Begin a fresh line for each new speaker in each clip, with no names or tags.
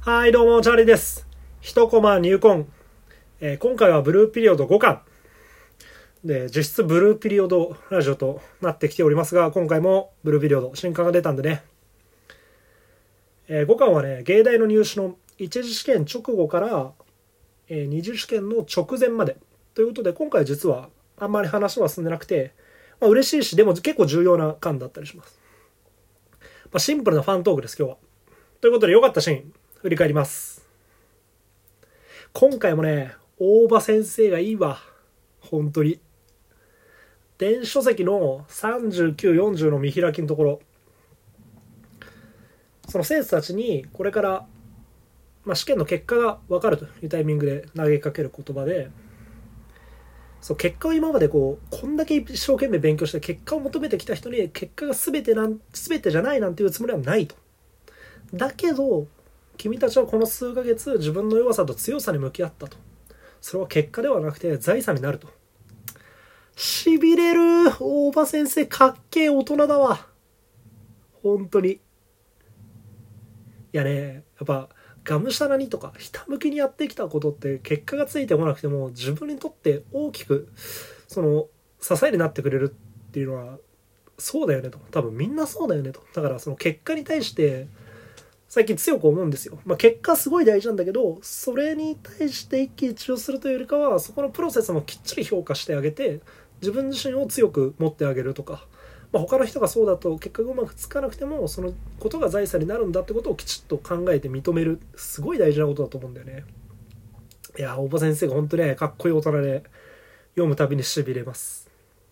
はい、どうも、チャーリーです。一コマ入魂。今回はブルーピリオド5巻。で、実質ブルーピリオドラジオとなってきておりますが、今回もブルーピリオド、新刊が出たんでね。5巻はね、芸大の入試の一次試験直後から、二次試験の直前まで。ということで、今回実はあんまり話は進んでなくて、嬉しいし、でも結構重要な巻だったりします。シンプルなファントークです、今日は。ということで、良かったシーン、振り返ります。今回もね、大場先生がいいわ。本当に。電子書籍の39、40の見開きのところ、その生徒たちにこれから、試験の結果が分かるというタイミングで投げかける言葉で、そう結果を今までこんだけ一生懸命勉強して結果を求めてきた人に結果が全てじゃないなんていうつもりはないと。だけど君たちはこの数ヶ月自分の弱さと強さに向き合ったと。それは結果ではなくて財産になると。しびれる。大場先生かっけえ大人だわ。本当に。いやね、やっぱがむしゃらにとかひたむきにやってきたことって結果がついてこなくても自分にとって大きくその支えになってくれるっていうのはそうだよねと。多分みんなそうだよねと。だからその結果に対して最近強く思うんですよ。結果すごい大事なんだけど、それに対して一喜一憂するというよりかは、そこのプロセスもきっちり評価してあげて、自分自身を強く持ってあげるとか、他の人がそうだと結果がうまくつかなくても、そのことが財産になるんだってことをきちっと考えて認める、すごい大事なことだと思うんだよね。いや、大場先生が本当ね、かっこいい大人で、読むたびにしびれます。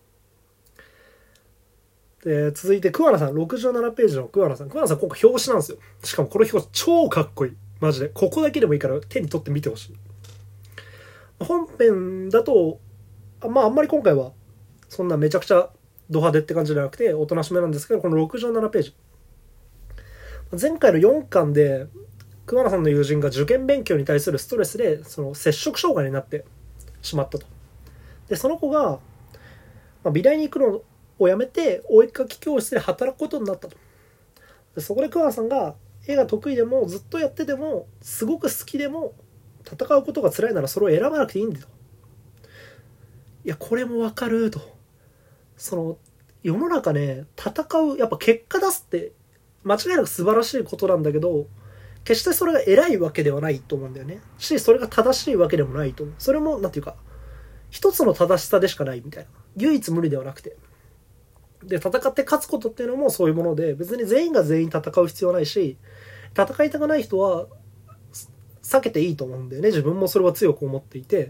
で続いて桑名さん、67ページの桑名さん、今回表紙なんですよ。しかもこの表紙超かっこいい。マジでここだけでもいいから手に取ってみてほしい。本編だとあんまり今回はそんなめちゃくちゃド派手って感じじゃなくておとなしめなんですけど、この67ページ、前回の4巻で桑名さんの友人が受験勉強に対するストレスでその摂食障害になってしまったと。でその子が、美大に行くのをやめてお絵かき教室で働くことになったと。でそこで桑名さんが絵が得意でもずっとやっててもすごく好きでも戦うことが辛いならそれを選ばなくていいんだと。いやこれもわかると。その世の中ね、戦うやっぱ結果出すって間違いなく素晴らしいことなんだけど、決してそれが偉いわけではないと思うんだよね。しそれが正しいわけでもないと思う。それもなんていうか一つの正しさでしかないみたいな、唯一無二ではなくて、で戦って勝つことっていうのもそういうもので、別に全員が全員戦う必要ないし、戦いたくない人は避けていいと思うんだよね。自分もそれは強く思っていて、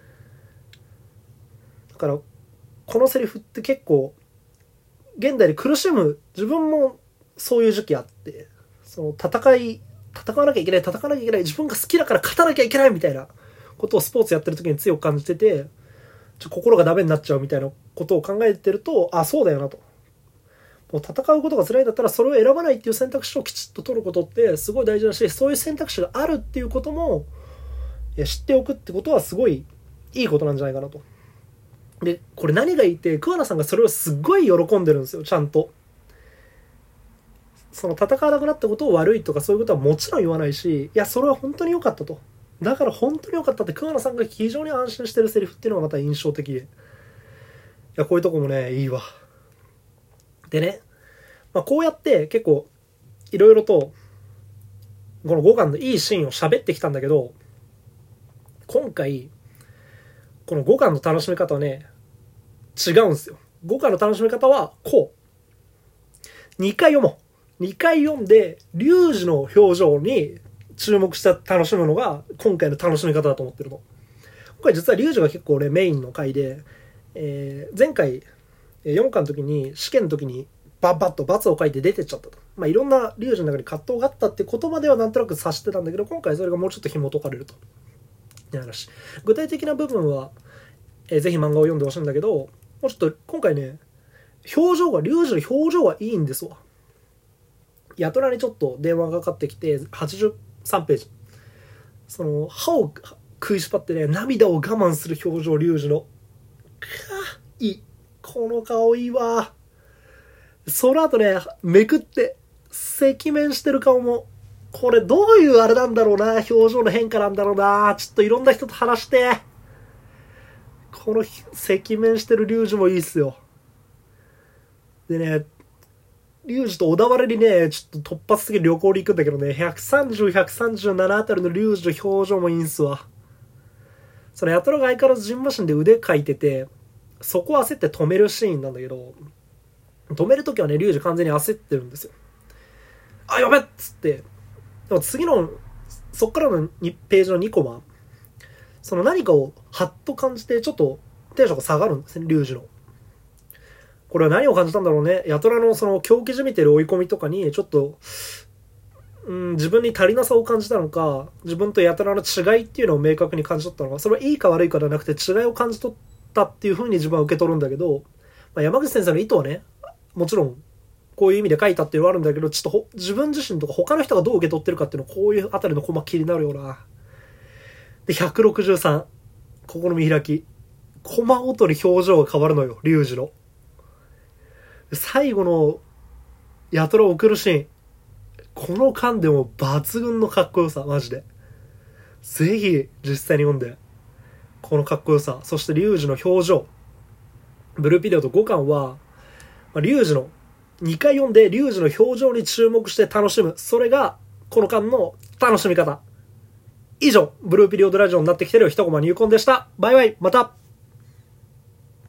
だからこのセリフって結構現代で苦しむ自分もそういう時期あって、その戦わなきゃいけない自分が好きだから勝たなきゃいけないみたいなことをスポーツやってる時に強く感じてて、心がダメになっちゃうみたいなことを考えてると、そうだよなと。もう戦うことが辛いんだったらそれを選ばないっていう選択肢をきちっと取ることってすごい大事だし、そういう選択肢があるっていうことも知っておくってことはすごいいいことなんじゃないかなと。でこれ何がいいって桑名さんがそれをすごい喜んでるんですよ。ちゃんとその戦わなくなったことを悪いとかそういうことはもちろん言わないし、いやそれは本当に良かったと。だから本当に良かったって桑名さんが非常に安心してるセリフっていうのがまた印象的で、いやこういうとこもねいいわ。でね、こうやって結構いろいろとこの5巻のいいシーンを喋ってきたんだけど、今回この5巻の楽しみ方はね違うんですよ。5巻の楽しみ方はこう、2回読もう。2回読んでリュウジの表情に注目して楽しむのが今回の楽しみ方だと思ってるの。今回実はリュウジが結構メインの回で、前回4巻の時に試験の時にバッと罰を書いて出てっちゃったと。いろんなリュウジの中に葛藤があったって言葉ではなんとなく察してたんだけど、今回それがもうちょっと紐解かれるという話。具体的な部分は、ぜひ漫画を読んでほしいんだけど、もうちょっと今回ね、リュウジの表情がいいんですわ。やとらにちょっと電話がかかってきて83ページ、その歯を食いしばってね涙を我慢する表情、リュウジのいい、この顔いいわ。その後ねめくって赤面してる顔もこれどういうあれなんだろうな、表情の変化なんだろうな。ちょっといろんな人と話して。この赤面してるリュウジもいいっすよ。でね、リュウジと小田原にね、ちょっと突発的に旅行に行くんだけどね、130、137あたりのリュウジの表情もいいんすわ。そのヤトラが相変わらずジンマシンで腕かいてて、そこ焦って止めるシーンなんだけど、止めるときはね、リュウジ完全に焦ってるんですよ。あ、やべっつって。でも次の、そっからの2ページの2コマ、その何かをハッと感じて、ちょっとテンションが下がるんですね、リュウジの。これは何を感じたんだろうね。ヤトラのその狂気じみてる追い込みとかに、ちょっと、自分に足りなさを感じたのか、自分とヤトラの違いっていうのを明確に感じ取ったのか、それはいいか悪いかではなくて違いを感じ取ったっていう風に自分は受け取るんだけど、山口先生の意図はね、もちろんこういう意味で書いたっていうのはあるんだけど、ちょっと自分自身とか他の人がどう受け取ってるかっていうのこういうあたりのコマ気になるよな。で、163。ここの見開き。コマごとに表情が変わるのよ、リュウジの。最後のヤトラを送るシーン。この間でも抜群のかっこよさ、マジで。ぜひ実際に読んで。このかっこよさ。そしてリュウジの表情。ブルーピリオド5巻は、リュウジの2回読んでリュウジの表情に注目して楽しむ。それがこの巻の楽しみ方。以上、ブルーピリオドラジオになってきてる一コマ入魂でした。バイバイ、また。